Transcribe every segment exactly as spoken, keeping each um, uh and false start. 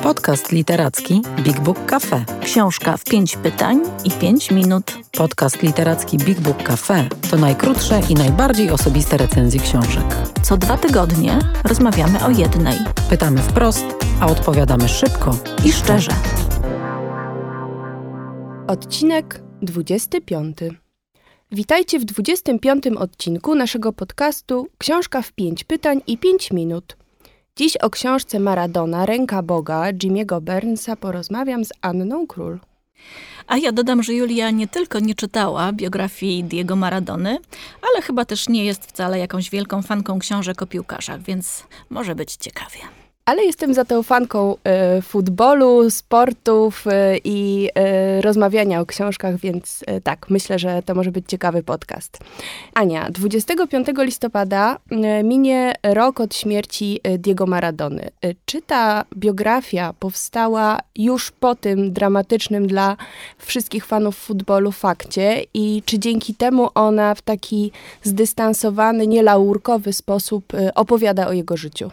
Podcast literacki Big Book Cafe. Książka w pięć pytań i pięć minut. Podcast literacki Big Book Cafe to najkrótsze i najbardziej osobiste recenzje książek. Co dwa tygodnie rozmawiamy o jednej. Pytamy wprost, a odpowiadamy szybko i szczerze. Odcinek dwudziesty piąty. Witajcie w dwudziestym piątym odcinku naszego podcastu Książka w pięć pytań i pięć minut. Dziś o książce Maradona, Ręka Boga, Jimmy'ego Burnsa porozmawiam z Anną Król. A ja dodam, że Julia nie tylko nie czytała biografii Diego Maradony, ale chyba też nie jest wcale jakąś wielką fanką książek o piłkarzach, więc może być ciekawie. Ale jestem za tą fanką y, futbolu, sportów y, i y, rozmawiania o książkach, więc y, tak, myślę, że to może być ciekawy podcast. Ania, dwudziestego piątego listopada y, minie rok od śmierci y, Diego Maradony. Y, czy ta biografia powstała już po tym dramatycznym dla wszystkich fanów futbolu fakcie i czy dzięki temu ona w taki zdystansowany, nielaurkowy sposób y, opowiada o jego życiu?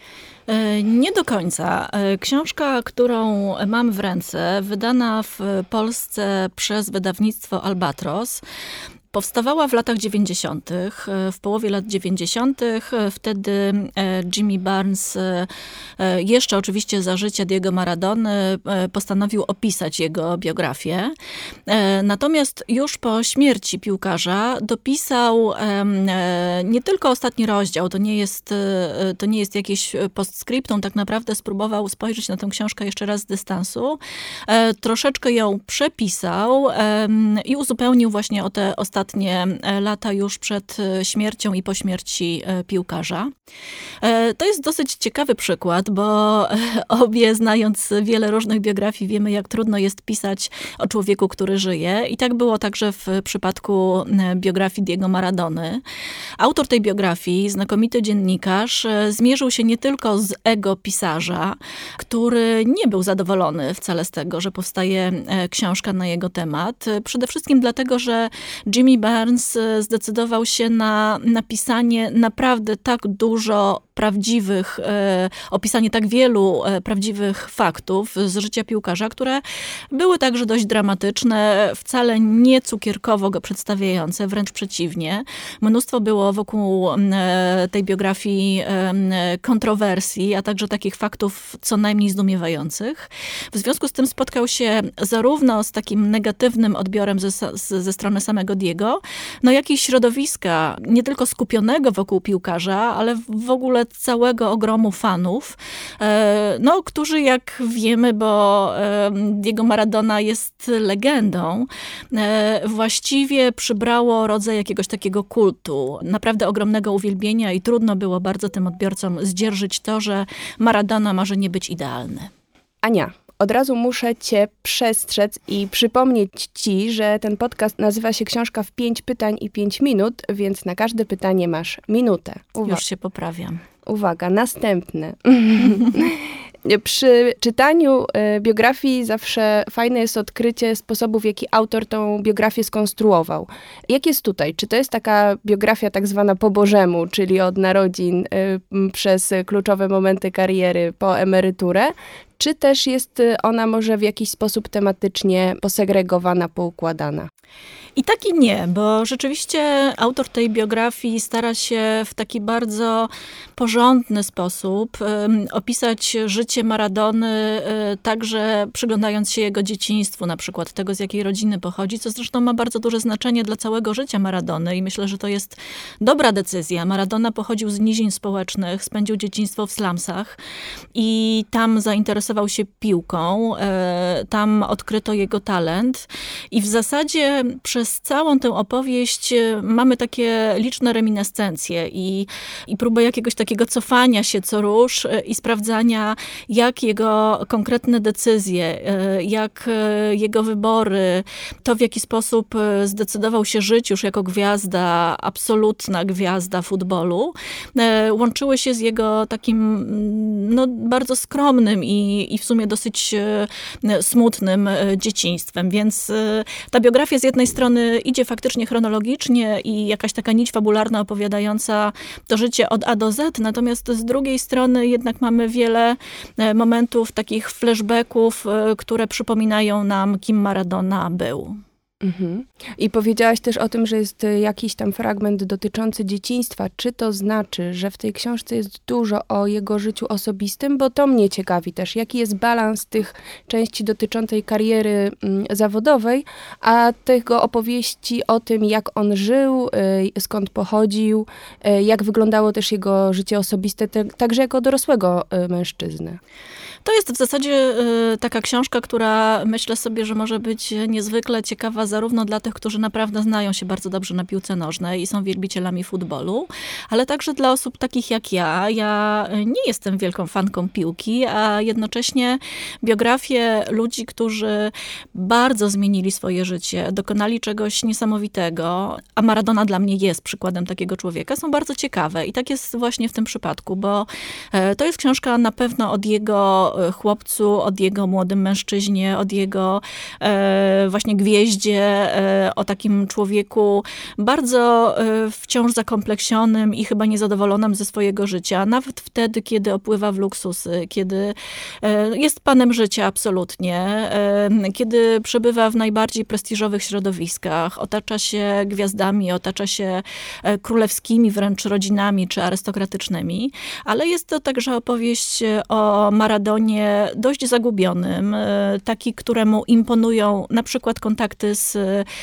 Nie do końca. Książka, którą mam w ręce, wydana w Polsce przez wydawnictwo Albatros, powstawała w latach dziewięćdziesiątych. W połowie lat dziewięćdziesiątych. Wtedy Jimmy Burns, jeszcze oczywiście za życia Diego Maradony, postanowił opisać jego biografię. Natomiast już po śmierci piłkarza dopisał nie tylko ostatni rozdział, to nie jest, to nie jest jakieś postscriptum, tak naprawdę spróbował spojrzeć na tę książkę jeszcze raz z dystansu. Troszeczkę ją przepisał i uzupełnił właśnie o te ostatnie ostatnie lata już przed śmiercią i po śmierci piłkarza. To jest dosyć ciekawy przykład, bo obie, znając wiele różnych biografii, wiemy, jak trudno jest pisać o człowieku, który żyje. I tak było także w przypadku biografii Diego Maradony. Autor tej biografii, znakomity dziennikarz, zmierzył się nie tylko z ego pisarza, który nie był zadowolony wcale z tego, że powstaje książka na jego temat. Przede wszystkim dlatego, że Jimmy Burns zdecydował się na napisanie naprawdę tak dużo prawdziwych, e, opisanie tak wielu e, prawdziwych faktów z życia piłkarza, które były także dość dramatyczne, wcale nie cukierkowo go przedstawiające, wręcz przeciwnie. Mnóstwo było wokół e, tej biografii e, kontrowersji, a także takich faktów co najmniej zdumiewających. W związku z tym spotkał się zarówno z takim negatywnym odbiorem ze, ze strony samego Diego, no jak i środowiska nie tylko skupionego wokół piłkarza, ale w ogóle całego ogromu fanów, no, którzy, jak wiemy, bo Diego Maradona jest legendą, właściwie przybrało rodzaj jakiegoś takiego kultu, naprawdę ogromnego uwielbienia i trudno było bardzo tym odbiorcom zdzierżyć to, że Maradona może nie być idealny. Ania, od razu muszę cię przestrzec i przypomnieć ci, że ten podcast nazywa się Książka w pięć pytań i pięć minut, więc na każde pytanie masz minutę. Uwa- Już się poprawiam. Uwaga, następne. Przy czytaniu y, biografii zawsze fajne jest odkrycie sposobu, w jaki autor tą biografię skonstruował. Jak jest tutaj? Czy to jest taka biografia tak zwana po bożemu, czyli od narodzin y, przez kluczowe momenty kariery po emeryturę? Czy też jest ona może w jakiś sposób tematycznie posegregowana, poukładana? I tak i nie, bo rzeczywiście autor tej biografii stara się w taki bardzo porządny sposób um, opisać życie Maradony, um, także przyglądając się jego dzieciństwu, na przykład tego, z jakiej rodziny pochodzi, co zresztą ma bardzo duże znaczenie dla całego życia Maradony i myślę, że to jest dobra decyzja. Maradona pochodził z nizin społecznych, spędził dzieciństwo w slumsach i tam zainteresował się piłką, um, tam odkryto jego talent i w zasadzie przez Przez całą tę opowieść mamy takie liczne reminiscencje i, i próbę jakiegoś takiego cofania się co rusz i sprawdzania, jak jego konkretne decyzje, jak jego wybory, to w jaki sposób zdecydował się żyć już jako gwiazda, absolutna gwiazda futbolu, łączyły się z jego takim no, bardzo skromnym i i, i w sumie dosyć smutnym dzieciństwem. Więc ta biografia z jednej strony idzie faktycznie chronologicznie i jakaś taka nić fabularna opowiadająca to życie od A do Z, natomiast z drugiej strony jednak mamy wiele momentów, takich flashbacków, które przypominają nam, kim Maradona był. Mhm. I powiedziałaś też o tym, że jest jakiś tam fragment dotyczący dzieciństwa. Czy to znaczy, że w tej książce jest dużo o jego życiu osobistym? Bo to mnie ciekawi też, jaki jest balans tych części dotyczącej kariery mm, zawodowej, a tego opowieści o tym, jak on żył, y, skąd pochodził, y, jak wyglądało też jego życie osobiste, te, także jako dorosłego y, mężczyzny. To jest w zasadzie y, taka książka, która myślę sobie, że może być niezwykle ciekawa zarówno dla tych, którzy naprawdę znają się bardzo dobrze na piłce nożnej i są wielbicielami futbolu, ale także dla osób takich jak ja. Ja nie jestem wielką fanką piłki, a jednocześnie biografie ludzi, którzy bardzo zmienili swoje życie, dokonali czegoś niesamowitego, a Maradona dla mnie jest przykładem takiego człowieka, są bardzo ciekawe. I tak jest właśnie w tym przypadku, bo y, to jest książka na pewno od jego chłopcu, od jego młodym mężczyźnie, od jego e, właśnie gwieździe, e, o takim człowieku bardzo e, wciąż zakompleksionym i chyba niezadowolonym ze swojego życia. Nawet wtedy, kiedy opływa w luksusy, kiedy e, jest panem życia absolutnie, e, kiedy przebywa w najbardziej prestiżowych środowiskach, otacza się gwiazdami, otacza się e, królewskimi wręcz rodzinami czy arystokratycznymi, ale jest to także opowieść o Maradonie dość zagubionym, taki, któremu imponują na przykład kontakty z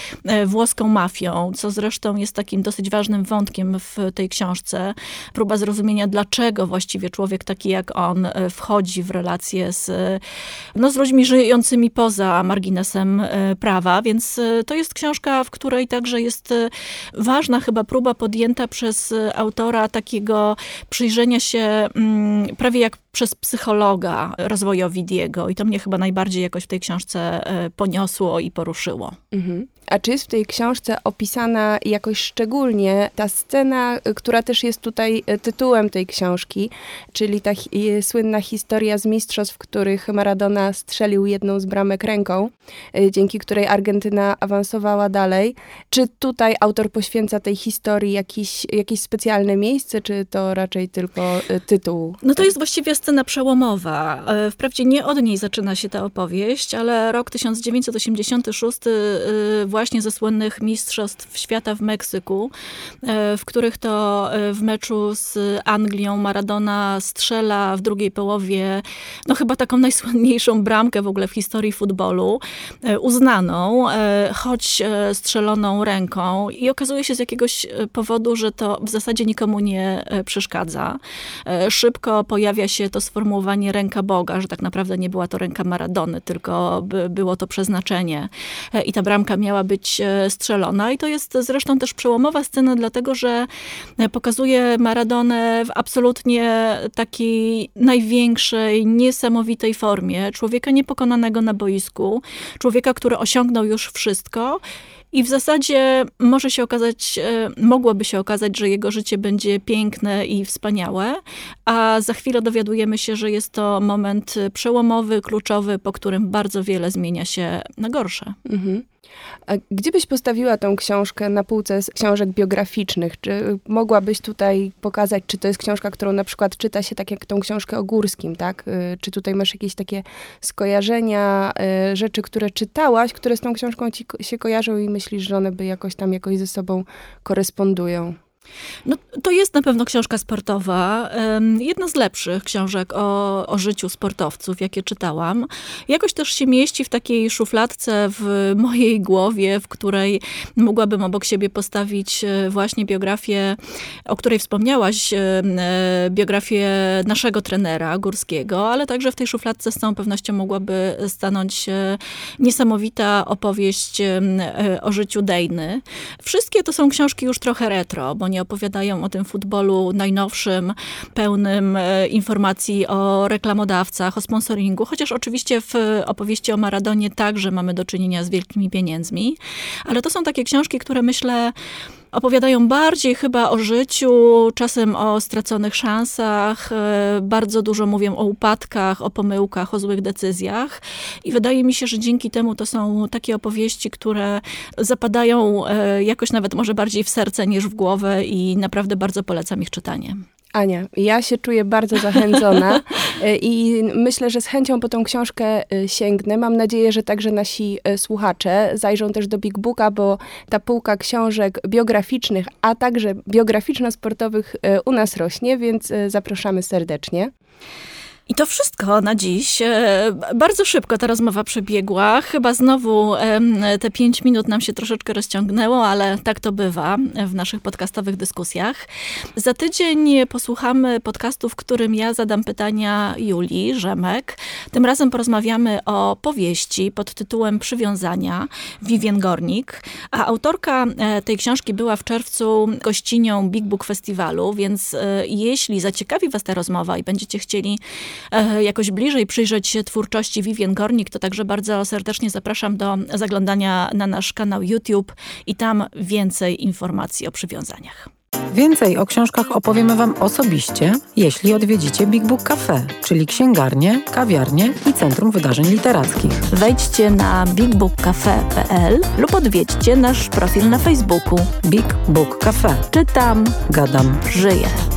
włoską mafią, co zresztą jest takim dosyć ważnym wątkiem w tej książce. Próba zrozumienia, dlaczego właściwie człowiek taki jak on wchodzi w relacje z, no, z ludźmi żyjącymi poza marginesem prawa, więc to jest książka, w której także jest ważna chyba próba podjęta przez autora takiego przyjrzenia się prawie jak przez psychologa rozwojowi Diego. I to mnie chyba najbardziej jakoś w tej książce poniosło i poruszyło. Mhm. A czy jest w tej książce opisana jakoś szczególnie ta scena, która też jest tutaj tytułem tej książki, czyli ta hi- słynna historia z mistrzostw, w których Maradona strzelił jedną z bramek ręką, dzięki której Argentyna awansowała dalej. Czy tutaj autor poświęca tej historii jakiś, jakieś specjalne miejsce, czy to raczej tylko tytuł? No to jest właściwie scena przełomowa. Wprawdzie nie od niej zaczyna się ta opowieść, ale rok tysiąc dziewięćset osiemdziesiąty szósty właśnie ze słynnych mistrzostw świata w Meksyku, w których to w meczu z Anglią Maradona strzela w drugiej połowie, no chyba taką najsłynniejszą bramkę w ogóle w historii futbolu, uznaną, choć strzeloną ręką i okazuje się z jakiegoś powodu, że to w zasadzie nikomu nie przeszkadza. Szybko pojawia się to sformułowanie ręka Boga, że tak naprawdę nie była to ręka Maradony, tylko by było to przeznaczenie i ta bramka miała być strzelona. I to jest zresztą też przełomowa scena, dlatego że pokazuje Maradonę w absolutnie takiej największej, niesamowitej formie. Człowieka niepokonanego na boisku, człowieka, który osiągnął już wszystko. I w zasadzie może się okazać, mogłoby się okazać, że jego życie będzie piękne i wspaniałe, a za chwilę dowiadujemy się, że jest to moment przełomowy, kluczowy, po którym bardzo wiele zmienia się na gorsze. Mhm. A gdzie byś postawiła tą książkę na półce z książek biograficznych? Czy mogłabyś tutaj pokazać, czy to jest książka, którą na przykład czyta się tak jak tą książkę o Górskim, tak? Czy tutaj masz jakieś takie skojarzenia, rzeczy, które czytałaś, które z tą książką ci się kojarzą i myślisz, że one by jakoś tam jakoś ze sobą korespondują? No, to jest na pewno książka sportowa. Jedna z lepszych książek o, o życiu sportowców, jakie czytałam. Jakoś też się mieści w takiej szufladce w mojej głowie, w której mogłabym obok siebie postawić właśnie biografię, o której wspomniałaś, biografię naszego trenera Górskiego, ale także w tej szufladce z całą pewnością mogłaby stanąć niesamowita opowieść o życiu Dejny. Wszystkie to są książki już trochę retro, bo nie opowiadają o tym futbolu najnowszym, pełnym informacji o reklamodawcach, o sponsoringu, chociaż oczywiście w opowieści o Maradonie także mamy do czynienia z wielkimi pieniędzmi, ale to są takie książki, które myślę Opowiadają bardziej chyba o życiu, czasem o straconych szansach, bardzo dużo mówią o upadkach, o pomyłkach, o złych decyzjach i wydaje mi się, że dzięki temu to są takie opowieści, które zapadają jakoś nawet może bardziej w serce niż w głowę i naprawdę bardzo polecam ich czytanie. Ania, ja się czuję bardzo zachęcona i myślę, że z chęcią po tą książkę sięgnę. Mam nadzieję, że także nasi słuchacze zajrzą też do Big Booka, bo ta półka książek biograficznych, a także biograficzno-sportowych u nas rośnie, więc zapraszamy serdecznie. I to wszystko na dziś. Bardzo szybko ta rozmowa przebiegła. Chyba znowu te pięć minut nam się troszeczkę rozciągnęło, ale tak to bywa w naszych podcastowych dyskusjach. Za tydzień posłuchamy podcastu, w którym ja zadam pytania Julii Rzemek. Tym razem porozmawiamy o powieści pod tytułem Przywiązania Vivien Gornik, a autorka tej książki była w czerwcu gościnią Big Book Festiwalu, więc jeśli zaciekawi was ta rozmowa i będziecie chcieli jakoś bliżej przyjrzeć się twórczości Vivien Gornik, to także bardzo serdecznie zapraszam do zaglądania na nasz kanał YouTube i tam więcej informacji o przywiązaniach. Więcej o książkach opowiemy wam osobiście, jeśli odwiedzicie Big Book Cafe, czyli księgarnię, kawiarnię i Centrum Wydarzeń Literackich. Wejdźcie na big book cafe kropka p l lub odwiedźcie nasz profil na Facebooku. Big Book Cafe. Czytam, gadam, żyję.